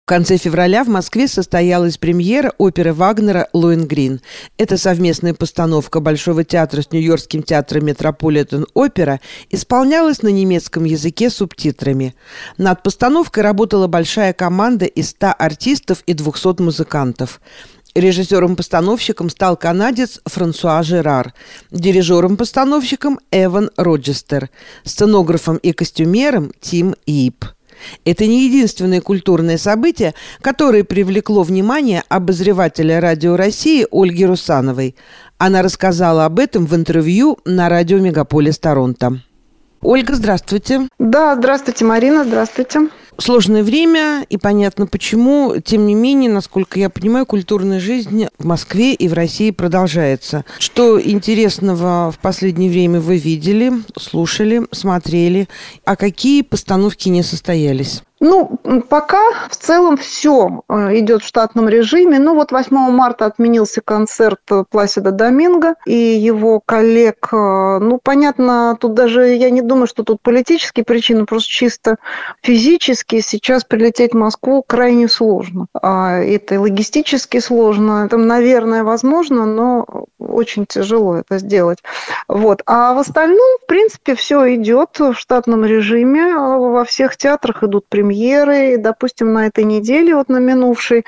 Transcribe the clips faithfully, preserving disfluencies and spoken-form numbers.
В конце февраля в Москве состоялась премьера оперы Вагнера «Лоэнгрин». Это совместная постановка Большого театра с Нью-Йоркским театром Метрополитен-Опера исполнялась на немецком языке с субтитрами. Над постановкой работала большая команда из ста артистов и двухсот музыкантов. Режиссером-постановщиком стал канадец Франсуа Жерар, дирижером-постановщиком Эван Роджестер, сценографом и костюмером Тим Ип. Это не единственное культурное событие, которое привлекло внимание обозревателя Радио России Ольги Русановой. Она рассказала об этом в интервью на радио «Мегаполис Торонто». Ольга, здравствуйте. Да, здравствуйте, Марина, здравствуйте. Сложное время, и понятно почему. Тем не менее, насколько я понимаю, культурная жизнь в Москве и в России продолжается. Что интересного в последнее время вы видели, слушали, смотрели, а какие постановки не состоялись? Ну, пока в целом все идет в штатном режиме. Ну, вот восьмого марта отменился концерт Пласидо Доминго и его коллег. Ну, понятно, тут даже, я не думаю, что тут политические причины, просто чисто физически сейчас прилететь в Москву крайне сложно. Это и логистически сложно. Это, наверное, возможно, но очень тяжело это сделать. Вот. А в остальном, в принципе, все идет в штатном режиме. Во всех театрах идут премьеры. Допустим, на этой неделе, вот на минувшей,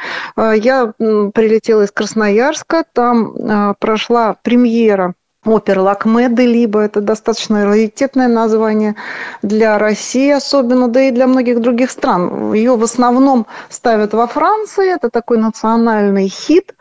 я прилетела из Красноярска, там прошла премьера оперы «Лакме-де Либо». Это достаточно раритетное название для России особенно, да и для многих других стран. Ее в основном ставят во Франции, это такой национальный хит,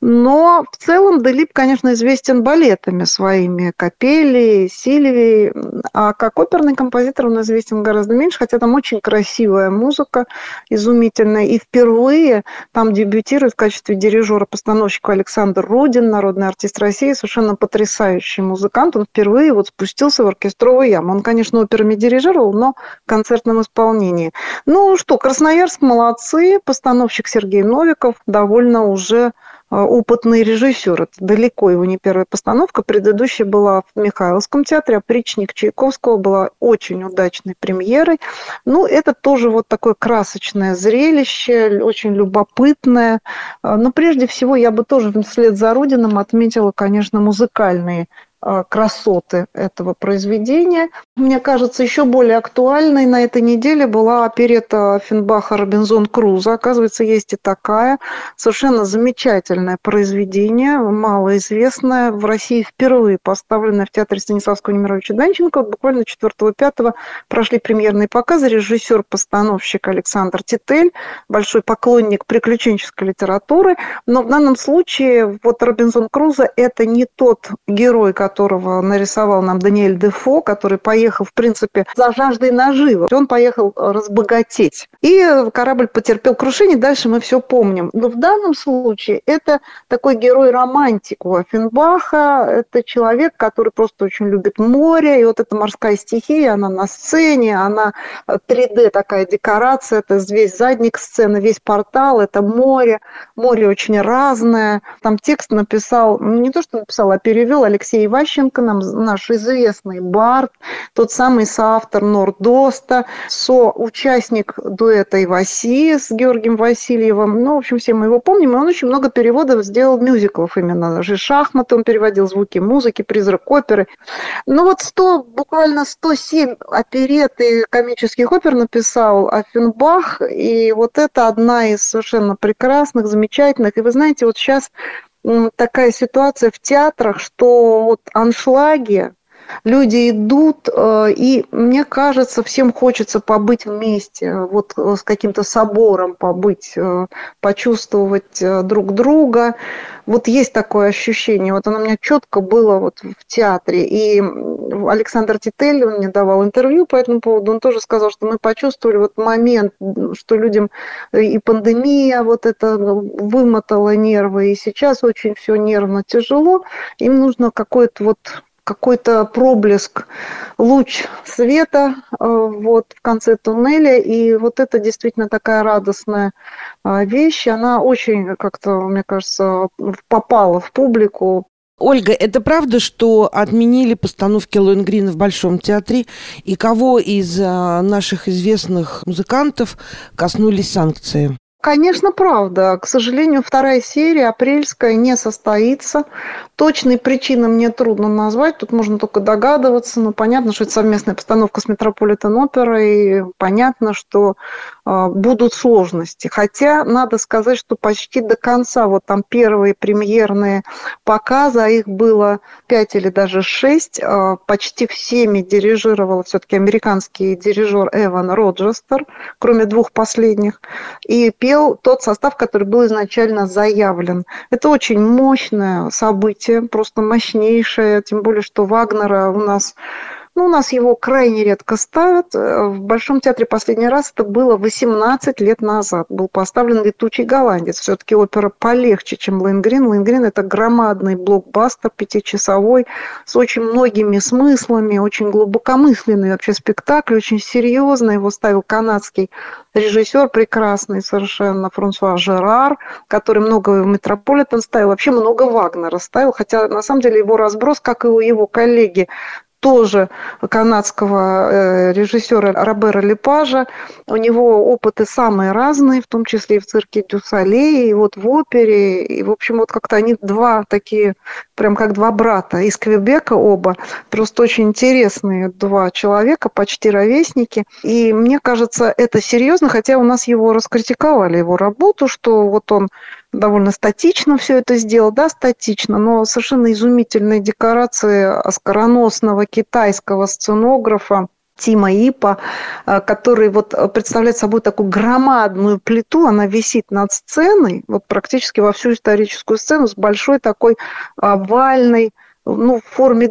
но в целом де Либ, конечно, известен балетами своими, Капелли, Сильвией, а как оперный композитор он известен гораздо меньше, хотя там очень красивая музыка, изумительная, и впервые там дебютирует в качестве дирижера-постановщика Александр Рудин, народный артист России, совершенно потрясающий музыкант, он впервые вот спустился в оркестровую яму. Он, конечно, операми дирижировал, но в концертном исполнении. Ну что, Красноярск молодцы, постановщик Сергей Новиков довольно уже опытный режиссер. Это далеко его не первая постановка. Предыдущая была в Михайловском театре, «Опричник» Чайковского была очень удачной премьерой. Ну, это тоже вот такое красочное зрелище, очень любопытное. Но прежде всего я бы тоже вслед за Рудиным отметила, конечно, музыкальные красоты этого произведения. Мне кажется, еще более актуальной на этой неделе была оперетта Оффенбаха «Робинзон Крузо». Оказывается, есть и такая. Совершенно замечательное произведение, малоизвестное, в России впервые поставленное в театре Станиславского Немировича Данченко. Вот буквально четвёртого-пятого прошли премьерные показы. Режиссер-постановщик Александр Титель, большой поклонник приключенческой литературы. Но в данном случае вот «Робинзон Крузо» – это не тот герой, который которого нарисовал нам Даниэль Дефо, который поехал, в принципе, за жаждой наживы. Он поехал разбогатеть. И корабль потерпел крушение, дальше мы все помним. Но в данном случае это такой герой-романтик у Оффенбаха. Это человек, который просто очень любит море. И вот эта морская стихия, она на сцене, она три дэ такая декорация, это весь задник сцены, весь портал, это море. Море очень разное. Там текст написал, не то что написал, а перевел Алексей Иванович Ващенко, нам, наш известный бард, тот самый соавтор Нордоста, соучастник дуэта Иваси с Георгием Васильевым. Ну, в общем, все мы его помним. И он очень много переводов сделал мюзиклов именно. Даже «Шахматы» он переводил, «Звуки музыки», «Призрак оперы». Ну, вот сто, буквально сто семь оперет и комических опер написал Оффенбах. И вот это одна из совершенно прекрасных, замечательных. И вы знаете, вот сейчас такая ситуация в театрах, что вот аншлаги, люди идут, и мне кажется, всем хочется побыть вместе, вот с каким-то собором побыть, почувствовать друг друга. Вот есть такое ощущение, вот оно у меня четко было вот в театре. И Александр Титель, он мне давал интервью по этому поводу, он тоже сказал, что мы почувствовали вот момент, что людям и пандемия вот это вымотала нервы, и сейчас очень все нервно тяжело, им нужно какое-то вот какой-то проблеск, луч света вот, в конце туннеля. И вот это действительно такая радостная вещь. Она очень как-то, мне кажется, попала в публику. Ольга, это правда, что отменили постановки Лоэнгрина в Большом театре? И кого из наших известных музыкантов коснулись санкции? Конечно, правда. К сожалению, вторая серия, апрельская, не состоится. Точные причины мне трудно назвать. Тут можно только догадываться. Но понятно, что это совместная постановка с Метрополитен-оперой. И понятно, что э, будут сложности. Хотя, надо сказать, что почти до конца, вот там первые премьерные показы, а их было пять или даже шесть, э, почти всеми дирижировал все-таки американский дирижер Эван Роджестер, кроме двух последних. И пел тот состав, который был изначально заявлен. Это очень мощное событие, просто мощнейшее, тем более, что Вагнера у нас... Ну, у нас его крайне редко ставят. В Большом театре последний раз это было восемнадцать лет назад. Был поставлен «Летучий голландец». Все-таки опера полегче, чем «Лоэнгрин». «Лоэнгрин» – это громадный блокбастер пятичасовой с очень многими смыслами, очень глубокомысленный вообще спектакль, очень серьезный. Его ставил канадский режиссер прекрасный совершенно Франсуа Жерар, который много в Метрополитен ставил, вообще много Вагнера ставил, хотя на самом деле его разброс, как и у его коллеги, тоже канадского режиссера Робера Лепажа. У него опыты самые разные, в том числе и в цирке Дю Солей, и вот в опере. И, в общем, вот как-то они два такие, прям как два брата из Квебека оба. Просто очень интересные два человека, почти ровесники. И мне кажется, это серьезно, хотя у нас его раскритиковали, его работу, что вот он довольно статично все это сделал, да, статично, но совершенно изумительные декорации оскароносного китайского сценографа Тима Ипа, который вот представляет собой такую громадную плиту, она висит над сценой, вот практически во всю историческую сцену, с большой такой овальной, ну, в форме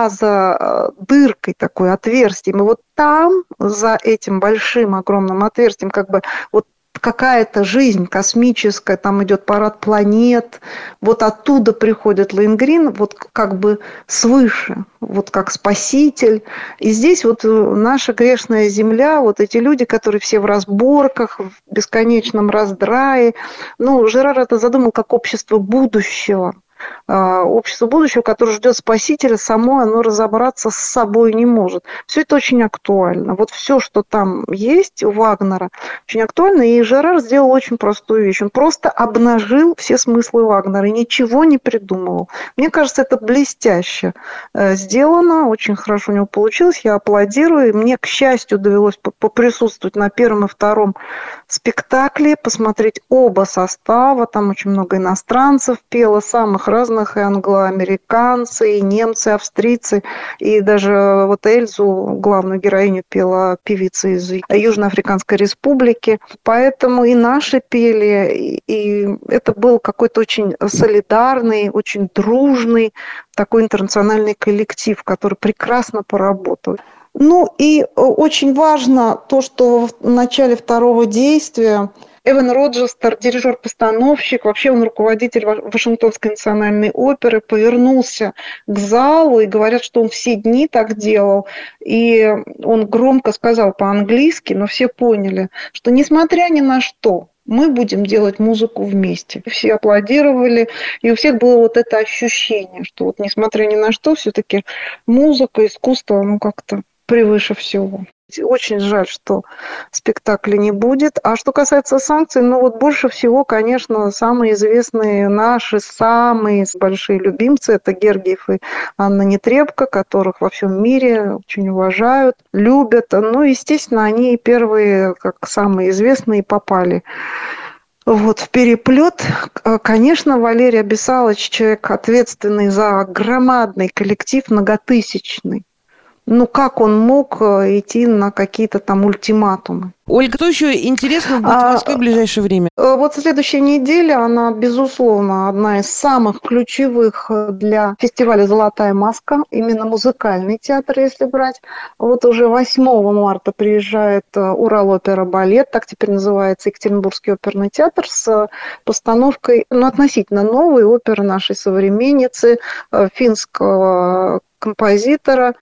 глаза, дыркой такой, отверстием. И вот там, за этим большим огромным отверстием, как бы вот какая-то жизнь космическая, там идет парад планет, вот оттуда приходит Лоэнгрин, вот как бы свыше, вот как спаситель. И здесь вот наша грешная земля, вот эти люди, которые все в разборках, в бесконечном раздрае. Ну, Жерар это задумал как общество будущего. Общество будущего, которое ждет спасителя, само оно разобраться с собой не может. Все это очень актуально. Вот все, что там есть у Вагнера, очень актуально. И Жерар сделал очень простую вещь. Он просто обнажил все смыслы Вагнера и ничего не придумывал. Мне кажется, это блестяще сделано, очень хорошо у него получилось. Я аплодирую. Мне, к счастью, довелось поприсутствовать на первом и втором спектакле, посмотреть оба состава. Там очень много иностранцев пело, самых разных, и англоамериканцы, и немцы, австрийцы, и даже вот Эльзу, главную героиню, пела певица из Южноафриканской Республики. Поэтому и наши пели, и это был какой-то очень солидарный, очень дружный такой интернациональный коллектив, который прекрасно поработал. Ну и очень важно то, что в начале второго действия Эван Роджестер, дирижер-постановщик, вообще он руководитель Вашингтонской национальной оперы, повернулся к залу, и говорят, что он все дни так делал. И он громко сказал по-английски, но все поняли, что несмотря ни на что, мы будем делать музыку вместе. Все аплодировали, и у всех было вот это ощущение, что вот несмотря ни на что, все-таки музыка, искусство, ну как-то превыше всего. Очень жаль, что спектакля не будет. А что касается санкций, ну вот больше всего, конечно, самые известные наши, самые большие любимцы – это Гергиев и Анна Нетребко, которых во всем мире очень уважают, любят. Ну, естественно, они первые, как самые известные, попали вот в переплет. Конечно, Валерий Абисалович – человек, ответственный за громадный коллектив, многотысячный. Ну, как он мог идти на какие-то там ультиматумы? Ольга, кто еще интересно будет в Москве в ближайшее время? Вот следующая неделя, она, безусловно, одна из самых ключевых для фестиваля «Золотая маска», именно музыкальный театр, если брать. Вот уже восьмого марта приезжает Урал-опера-балет, так теперь называется Екатеринбургский оперный театр, с постановкой, ну, относительно новой оперы нашей современницы, финского композитора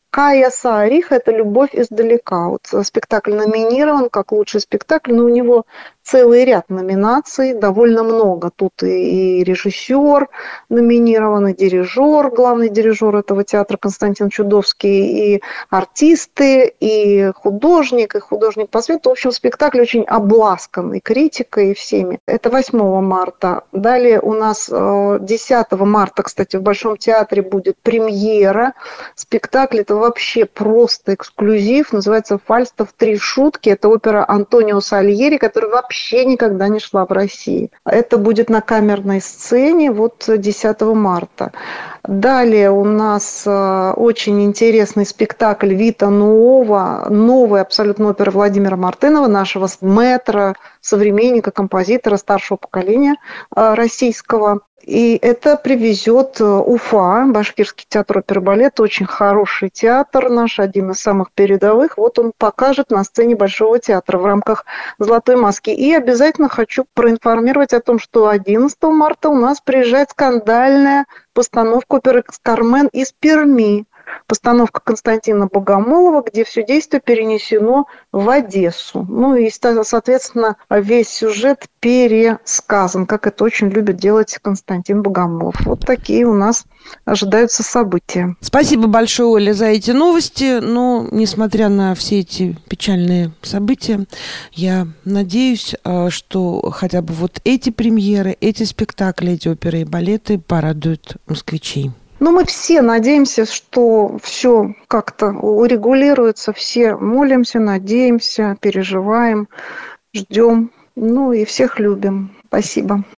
Кая Саарих – это «Любовь издалека». Вот спектакль номинирован как лучший спектакль, но у него целый ряд номинаций, довольно много. Тут и, и режиссер номинирован, и дирижер, главный дирижер этого театра Константин Чудовский, и артисты, и художник, и художник по свету. В общем, спектакль очень обласкан и критикой, и всеми. Это восьмого марта. Далее у нас десятого марта, кстати, в Большом театре будет премьера. Спектакль – это вообще просто эксклюзив. Называется «Фальстаф. Три шутки». Это опера Антонио Сальери, которая вообще никогда не шла в России. Это будет на камерной сцене вот десятого марта. Далее у нас очень интересный спектакль «Вита Нуова», новая абсолютно опера Владимира Мартынова, нашего мэтра, современника, композитора старшего поколения российского. И это привезет Уфа, Башкирский театр оперы и балета, очень хороший театр наш, один из самых передовых. Вот он покажет на сцене Большого театра в рамках «Золотой маски». И обязательно хочу проинформировать о том, что одиннадцатого марта у нас приезжает скандальная постановка оперы «Кармен» из Перми. Постановка Константина Богомолова, где все действие перенесено в Одессу. Ну и, соответственно, весь сюжет пересказан, как это очень любит делать Константин Богомолов. Вот такие у нас ожидаются события. Спасибо большое, Оля, за эти новости. Но, несмотря на все эти печальные события, я надеюсь, что хотя бы вот эти премьеры, эти спектакли, эти оперы и балеты порадуют москвичей. Но мы все надеемся, что все как-то урегулируется, все молимся, надеемся, переживаем, ждем, ну и всех любим. Спасибо.